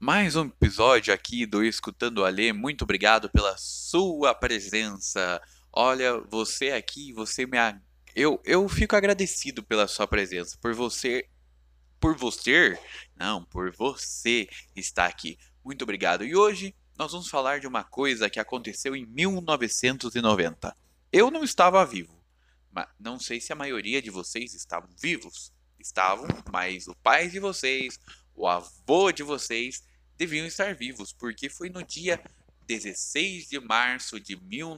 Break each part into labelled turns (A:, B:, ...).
A: Mais um episódio aqui do Escutando Alê. Muito obrigado pela sua presença. Olha, você aqui, eu fico agradecido pela sua presença, por você estar aqui. Muito obrigado. E hoje nós vamos falar de uma coisa que aconteceu em 1990. Eu não estava vivo, mas não sei se a maioria de vocês estavam vivos. Estavam, mas o pai de vocês, o avô de vocês deviam estar vivos, porque foi no dia 16 de março de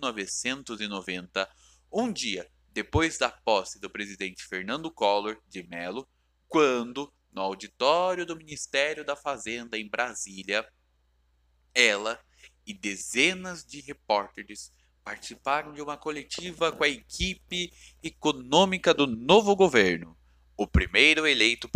A: 1990, um dia depois da posse do presidente Fernando Collor de Mello, quando, no auditório do Ministério da Fazenda em Brasília, ela e dezenas de repórteres participaram de uma coletiva com a equipe econômica do novo governo, o primeiro eleito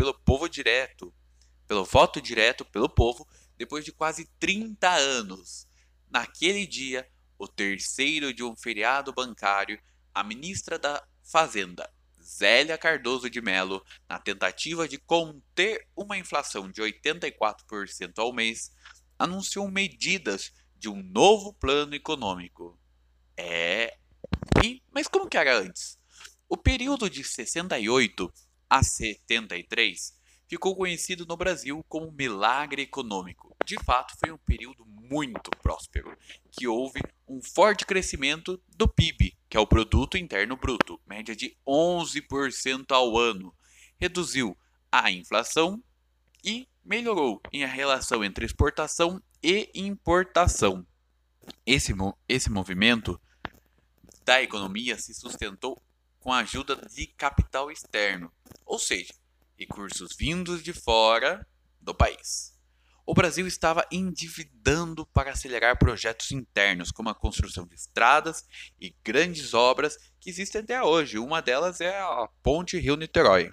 A: pelo voto direto pelo povo, depois de quase 30 anos. Naquele dia, o terceiro de um feriado bancário, a ministra da Fazenda, Zélia Cardoso de Mello, na tentativa de conter uma inflação de 84% ao mês, anunciou medidas de um novo plano econômico. É. Mas como que era antes? O período de 68 a 73 ficou conhecido no Brasil como milagre econômico. De fato, foi um período muito próspero, que houve um forte crescimento do PIB, que é o Produto Interno Bruto, média de 11% ao ano, reduziu a inflação e melhorou em a relação entre exportação e importação. Esse movimento da economia se sustentou com a ajuda de capital externo, ou seja, recursos vindos de fora do país. O Brasil estava endividando para acelerar projetos internos, como a construção de estradas e grandes obras que existem até hoje. Uma delas é a Ponte Rio-Niterói.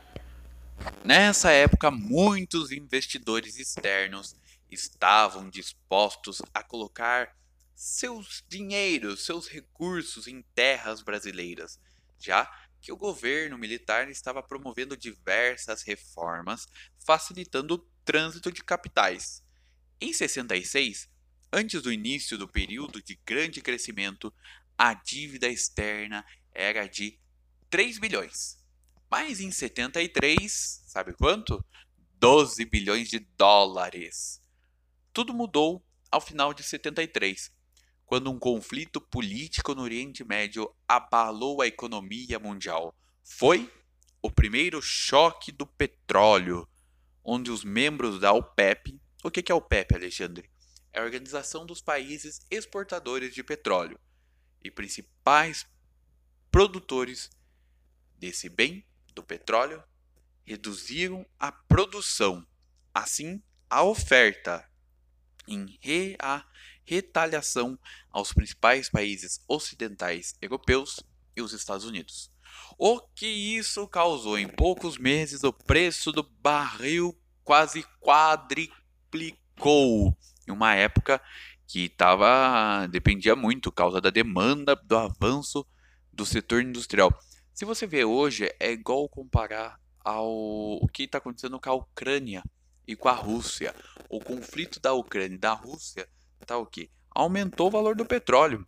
A: Nessa época, muitos investidores externos estavam dispostos a colocar seus dinheiros, seus recursos em terras brasileiras, já que o governo militar estava promovendo diversas reformas, facilitando o trânsito de capitais. Em 66, antes do início do período de grande crescimento, a dívida externa era de 3 bilhões. Mas em 73, sabe quanto? 12 bilhões de dólares. Tudo mudou ao final de 73, quando um conflito político no Oriente Médio abalou a economia mundial. Foi o primeiro choque do petróleo, onde os membros da OPEP. O que é a OPEP, Alexandre? É a Organização dos Países Exportadores de Petróleo e principais produtores desse bem, do petróleo, reduziram a produção, assim a oferta, em retaliação aos principais países ocidentais europeus e os Estados Unidos. O que isso causou? Em poucos meses, o preço do barril quase quadriplicou. Em uma época que dependia muito, por causa da demanda do avanço do setor industrial. Se você vê hoje, é igual comparar ao o que está acontecendo com a Ucrânia e com a Rússia. O conflito da Ucrânia e da Rússia tá o quê? Aumentou o valor do petróleo,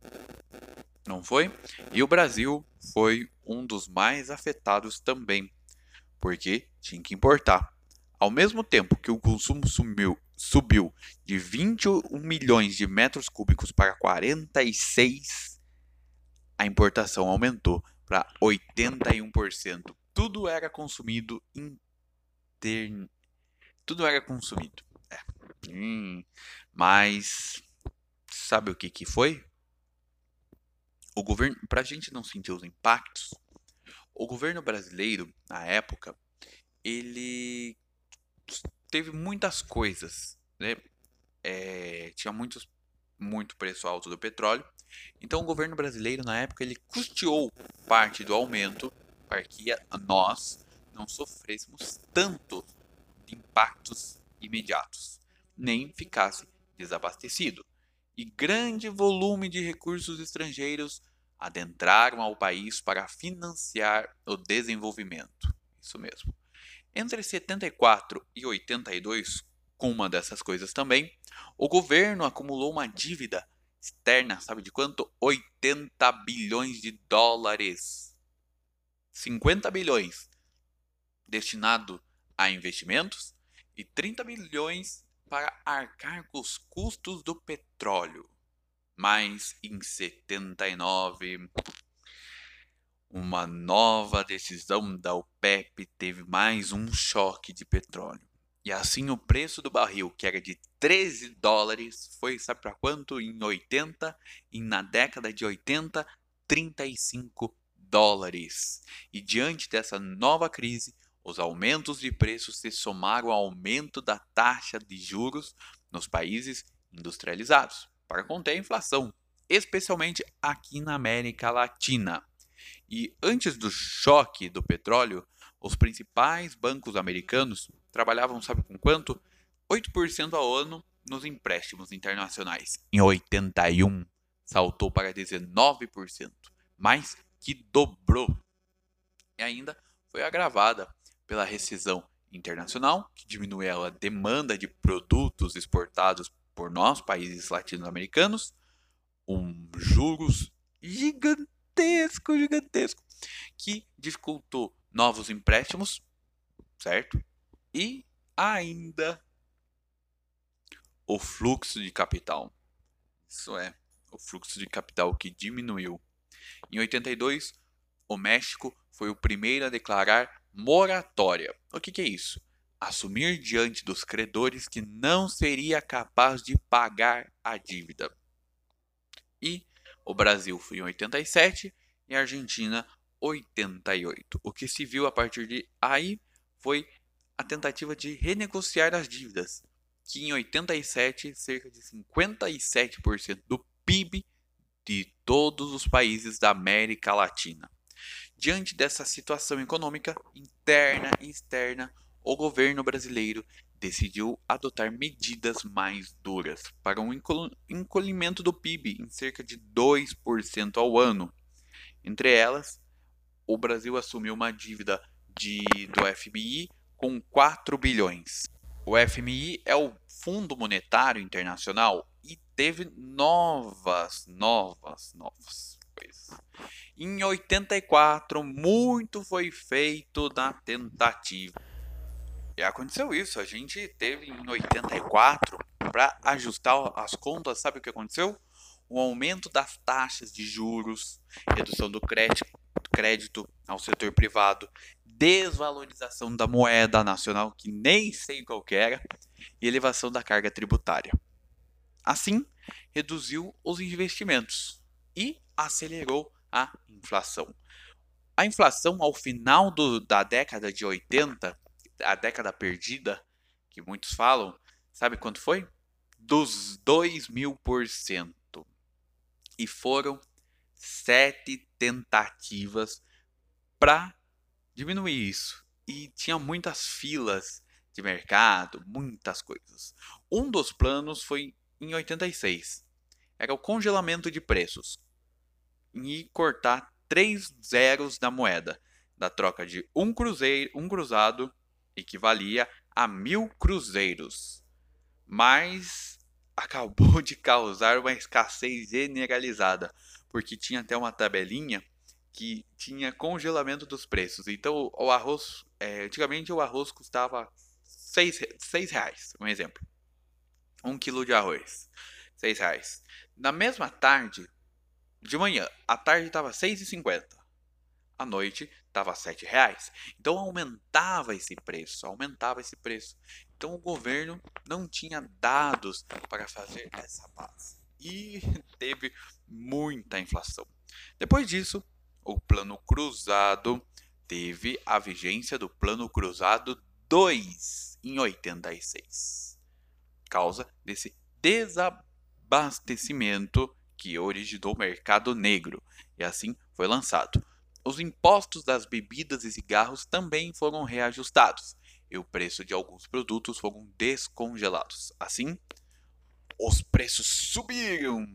A: não foi? E o Brasil foi um dos mais afetados também, porque tinha que importar. Ao mesmo tempo que o consumo subiu de 21 milhões de metros cúbicos para 46, a importação aumentou para 81%. Intern... Tudo era consumido. É. Mas sabe o que que foi? O governo, para a gente não sentir os impactos, o governo brasileiro, na época, ele teve muitas coisas, né? Tinha muito preço alto do petróleo. Então, o governo brasileiro, na época, ele custeou parte do aumento para que nós não sofrêssemos tanto de impactos imediatos, nem ficasse desabastecido. E grande volume de recursos estrangeiros adentraram ao país para financiar o desenvolvimento. Isso mesmo. Entre 74 e 82, Com uma dessas coisas também, o governo acumulou uma dívida externa, sabe de quanto? 80 bilhões de dólares. 50 bilhões destinado a investimentos e 30 bilhões para arcar com os custos do petróleo. Mas em 79, uma nova decisão da OPEP teve mais um choque de petróleo. E assim o preço do barril, que era de 13 dólares, foi, sabe para quanto? Em 80, e na década de 80, 35 dólares. E diante dessa nova crise, os aumentos de preços se somaram ao aumento da taxa de juros nos países industrializados, para conter a inflação, especialmente aqui na América Latina. E antes do choque do petróleo, os principais bancos americanos trabalhavam, sabe com quanto? 8% ao ano nos empréstimos internacionais. Em 81, saltou para 19%, mais que dobrou. E ainda foi agravada pela recessão internacional, que diminuiu a demanda de produtos exportados por nós, países latino-americanos, juros gigantesco, que dificultou novos empréstimos, certo? E ainda o fluxo de capital. Isso é, o fluxo de capital que diminuiu. Em 82, o México foi o primeiro a declarar moratória. O que é isso? Assumir diante dos credores que não seria capaz de pagar a dívida. E o Brasil foi em 87 e a Argentina 88. O que se viu a partir de aí foi a tentativa de renegociar as dívidas, que em 87 cerca de 57% do PIB de todos os países da América Latina. Diante dessa situação econômica interna e externa, o governo brasileiro decidiu adotar medidas mais duras para um encolhimento do PIB em cerca de 2% ao ano. Entre elas, o Brasil assumiu uma dívida do FMI com 4 bilhões. O FMI é o Fundo Monetário Internacional e teve novas coisas. Em 84, muito foi feito na tentativa. E aconteceu isso, a gente teve em 84, para ajustar as contas, sabe o que aconteceu? O aumento das taxas de juros, redução do crédito ao setor privado, desvalorização da moeda nacional, que nem sei qual que era, e elevação da carga tributária. Assim, reduziu os investimentos e acelerou a inflação. A inflação ao final da década de 80, a década perdida, que muitos falam, sabe quanto foi? Dos 2000%. E foram 7 tentativas para diminuir isso. E tinha muitas filas de mercado, muitas coisas. Um dos planos foi em 86. Era o congelamento de preços e cortar 3 zeros da moeda, da troca de um cruzado equivalia a 1000 cruzeiros. Mas acabou de causar uma escassez generalizada, porque tinha até uma tabelinha que tinha congelamento dos preços. Então o arroz, antigamente o arroz custava 6 reais, um exemplo. 1 quilo de arroz, 6 reais. Na mesma tarde, de manhã, a tarde estava 6,50. À noite estava 7 reais. Então aumentava esse preço. Então o governo não tinha dados para fazer essa base. E teve muita inflação. Depois disso, o Plano Cruzado teve a vigência do Plano Cruzado 2 em 86. Causa desse desabastecimento que originou o mercado negro. E assim foi lançado. Os impostos das bebidas e cigarros também foram reajustados e o preço de alguns produtos foram descongelados. Assim, os preços subiram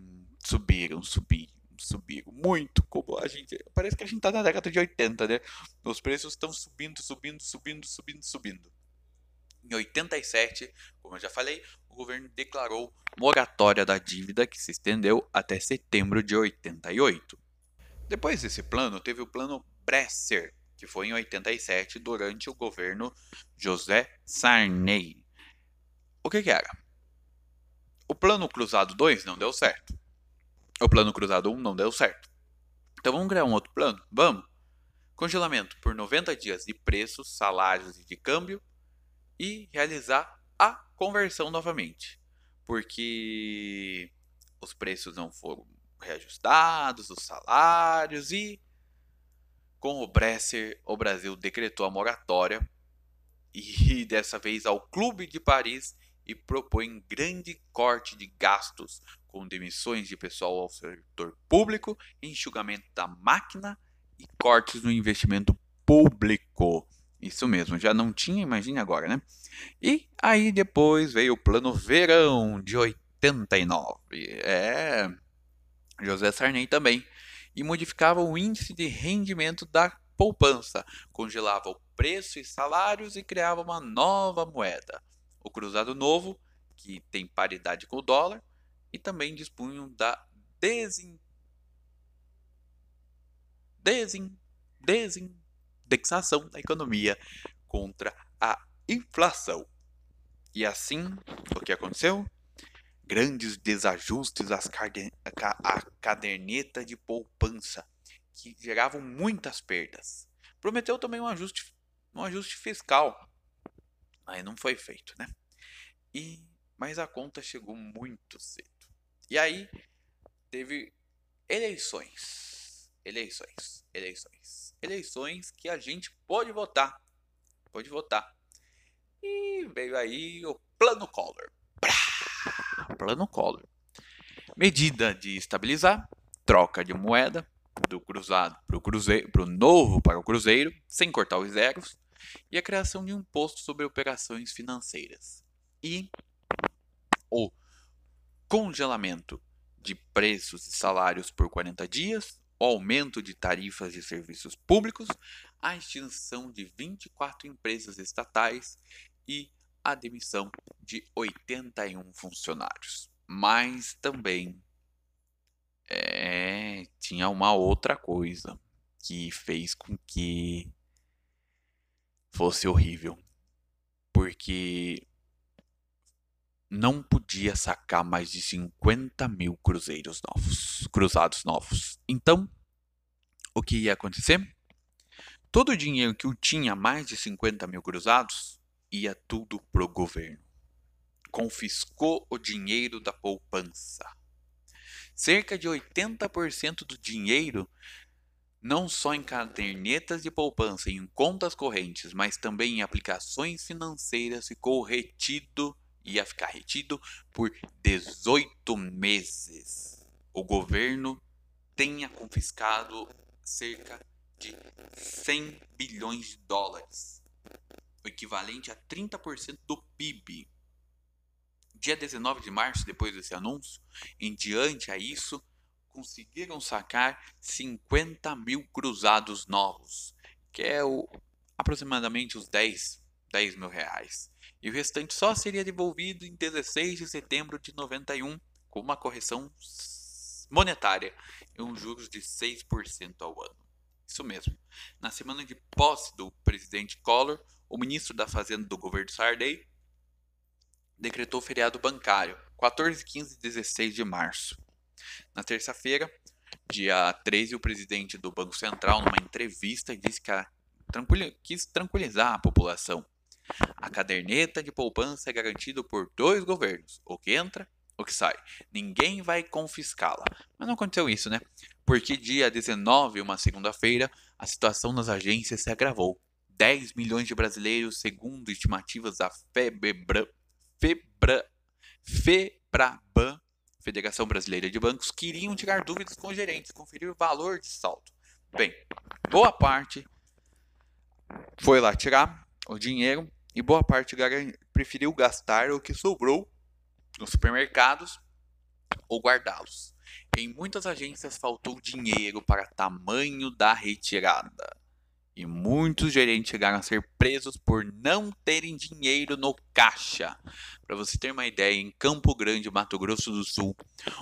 A: muito, como a gente, parece que a gente tá na década de 80, né? Os preços estão subindo. Em 87, como eu já falei, o governo declarou moratória da dívida que se estendeu até setembro de 88. Depois desse plano, teve o plano Bresser, que foi em 87 durante o governo José Sarney. O que era? O plano Cruzado 2 não deu certo. O plano Cruzado 1 não deu certo. Então vamos criar um outro plano? Vamos. Congelamento por 90 dias de preços, salários e de câmbio e realizar a conversão novamente. Porque os preços não foram reajustados, os salários e com o Bresser o Brasil decretou a moratória e dessa vez ao Clube de Paris e propõe grande corte de gastos com demissões de pessoal ao setor público, enxugamento da máquina e cortes no investimento público. Isso mesmo, já não tinha, imagine agora, né? E aí depois veio o Plano Verão de 89. José Sarney também. E modificava o índice de rendimento da poupança, congelava o preço e salários e criava uma nova moeda, o Cruzado Novo, que tem paridade com o dólar, e também dispunham da desindexação da economia contra a inflação. E assim, o que aconteceu? Grandes desajustes à caderneta de poupança, que geravam muitas perdas. Prometeu também um ajuste fiscal, mas não foi feito, né? Mas a conta chegou muito cedo. E aí teve eleições que a gente pode votar. E veio aí o Plano Collor. Plano Collor. Medida de estabilizar, troca de moeda do cruzado para o novo para o cruzeiro, sem cortar os zeros, e a criação de um imposto sobre operações financeiras. E o congelamento de preços e salários por 40 dias, o aumento de tarifas de serviços públicos, a extinção de 24 empresas estatais e a demissão de 81 funcionários. Mas também tinha uma outra coisa que fez com que fosse horrível. Porque não podia sacar mais de 50 mil cruzados novos. Então, o que ia acontecer? Todo o dinheiro que eu tinha mais de 50 mil cruzados ia tudo pro governo. Confiscou o dinheiro da poupança. Cerca de 80% do dinheiro, não só em cadernetas de poupança e em contas correntes, mas também em aplicações financeiras, ia ficar retido por 18 meses. O governo tenha confiscado cerca de 100 bilhões de dólares, o equivalente a 30% do PIB. Dia 19 de março, depois desse anúncio, em diante a isso, conseguiram sacar 50 mil cruzados novos, que é aproximadamente os 10 mil reais. E o restante só seria devolvido em 16 de setembro de 91, com uma correção monetária e um juros de 6% ao ano. Isso mesmo. Na semana de posse do presidente Collor, o ministro da Fazenda do governo Sarney decretou feriado bancário, 14, 15 e 16 de março. Na terça-feira, dia 13, o presidente do Banco Central, numa entrevista, disse que quis tranquilizar a população. A caderneta de poupança é garantida por 2 governos, o que entra, o que sai. Ninguém vai confiscá-la. Mas não aconteceu isso, né? Porque dia 19, uma segunda-feira, a situação nas agências se agravou. 10 milhões de brasileiros, segundo estimativas da FEBRABAN, Federação Brasileira de Bancos, queriam tirar dúvidas com os gerentes, conferir o valor de saldo. Bem, boa parte foi lá tirar o dinheiro e boa parte preferiu gastar o que sobrou nos supermercados ou guardá-los. Em muitas agências faltou dinheiro para tamanho da retirada. e muitos gerentes chegaram a ser presos por não terem dinheiro no caixa. Para você ter uma ideia, em Campo Grande, Mato Grosso do Sul,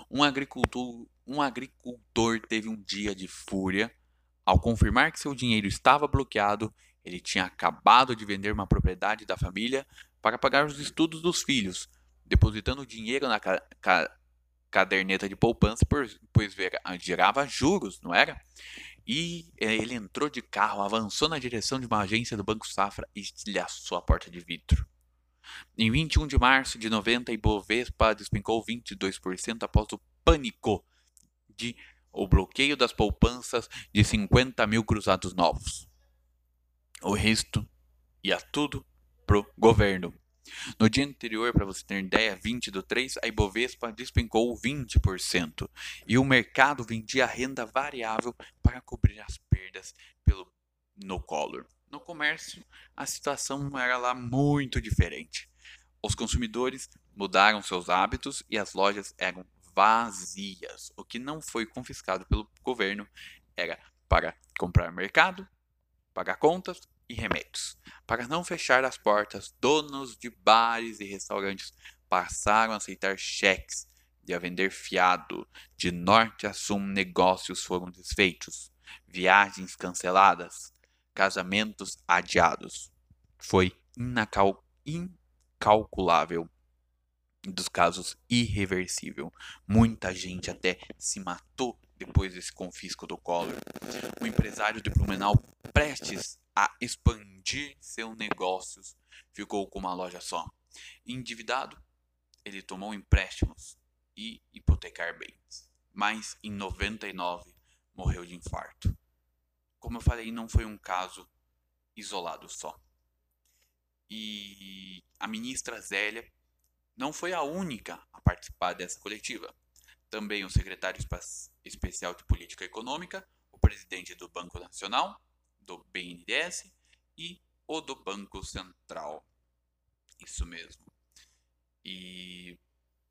A: um agricultor teve um dia de fúria ao confirmar que seu dinheiro estava bloqueado. Ele tinha acabado de vender uma propriedade da família para pagar os estudos dos filhos, depositando o dinheiro na caderneta de poupança, pois gerava juros, não era? E ele entrou de carro, avançou na direção de uma agência do Banco Safra e estilhaçou a porta de vidro. Em 21 de março de 90, Ibovespa despencou 22% após o pânico de o bloqueio das poupanças de 50 mil cruzados novos. O resto ia tudo pro governo. No dia anterior, para você ter ideia, 20/3, a Ibovespa despencou 20% e o mercado vendia renda variável para cobrir as perdas no Collor. No comércio, a situação era lá muito diferente. Os consumidores mudaram seus hábitos e as lojas eram vazias. O que não foi confiscado pelo governo era para comprar mercado, pagar contas e remédios. Para não fechar as portas, donos de bares e restaurantes passaram a aceitar cheques e a vender fiado. De norte a sul, negócios foram desfeitos, viagens canceladas, casamentos adiados. Foi incalculável, dos casos irreversível. Muita gente até se matou depois desse confisco do Collor. O empresário de Blumenau, prestes a expandir seus negócios, ficou com uma loja só. Endividado, ele tomou empréstimos e hipotecar bens. Mas em 99 morreu de infarto. Como eu falei, não foi um caso isolado só. E a ministra Zélia não foi a única a participar dessa coletiva. Também o secretário especial de Política Econômica, o presidente do Banco Nacional, do BNDES e o do Banco Central. Isso mesmo. E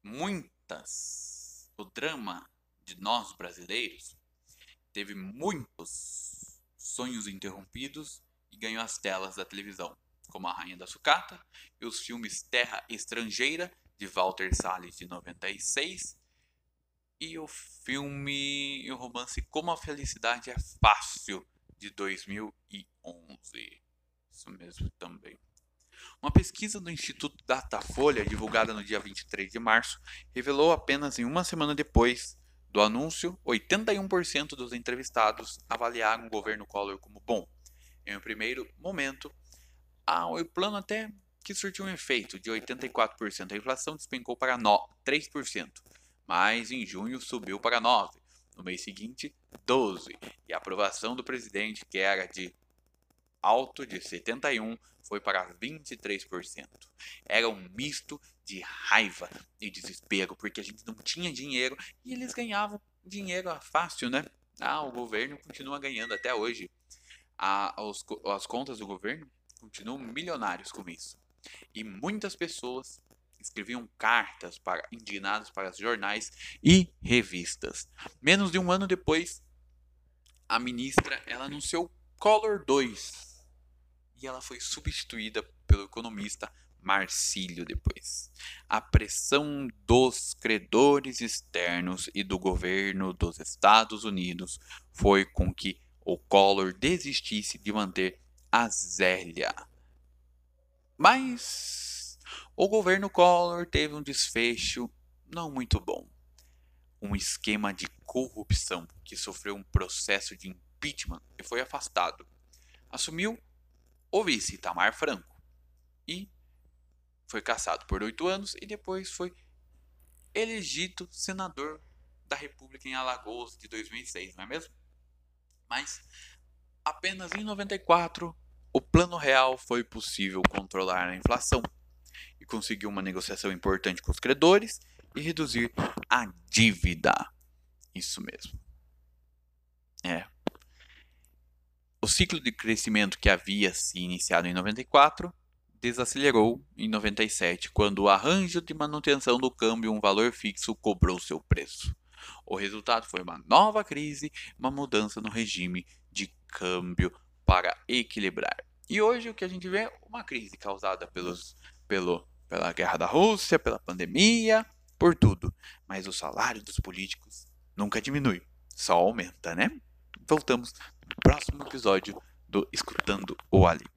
A: o drama de nós brasileiros teve muitos sonhos interrompidos e ganhou as telas da televisão, como A Rainha da Sucata e os filmes Terra Estrangeira, de Walter Salles, de 96, e o romance Como a Felicidade é Fácil, de 2011. Isso mesmo também. Uma pesquisa do Instituto Datafolha, divulgada no dia 23 de março, revelou apenas em uma semana depois do anúncio, 81% dos entrevistados avaliaram o governo Collor como bom. Em um primeiro momento, o plano até que surtiu um efeito de 84%. A inflação despencou para 3%, mas em junho subiu para 9%. No mês seguinte, 12%. E a aprovação do presidente, que era de alto de 71%, foi para 23%. Era um misto de raiva e desespero, porque a gente não tinha dinheiro e eles ganhavam dinheiro fácil, né? O governo continua ganhando até hoje. As contas do governo continuam milionários com isso. E muitas pessoas escreviam cartas indignadas para jornais e revistas. Menos de um ano depois, a ministra ela anunciou Collor 2 e ela foi substituída pelo economista Marcílio depois. A pressão dos credores externos e do governo dos Estados Unidos foi com que o Collor desistisse de manter a Zélia. Mas o governo Collor teve um desfecho não muito bom. Um esquema de corrupção que sofreu um processo de impeachment e foi afastado. Assumiu o vice Itamar Franco e foi cassado por 8 anos e depois foi elegido senador da República em Alagoas de 2006, não é mesmo? Mas apenas em 94 o Plano Real foi possível controlar a inflação e conseguiu uma negociação importante com os credores e reduzir a dívida. Isso mesmo. O ciclo de crescimento que havia se iniciado em 94 desacelerou em 97, quando o arranjo de manutenção do câmbio, um valor fixo, cobrou seu preço. O resultado foi uma nova crise, uma mudança no regime de câmbio para equilibrar. E hoje o que a gente vê é uma crise causada pela guerra da Rússia, pela pandemia, por tudo. Mas o salário dos políticos nunca diminui, só aumenta, né? Voltamos no próximo episódio do Escutando o Ali.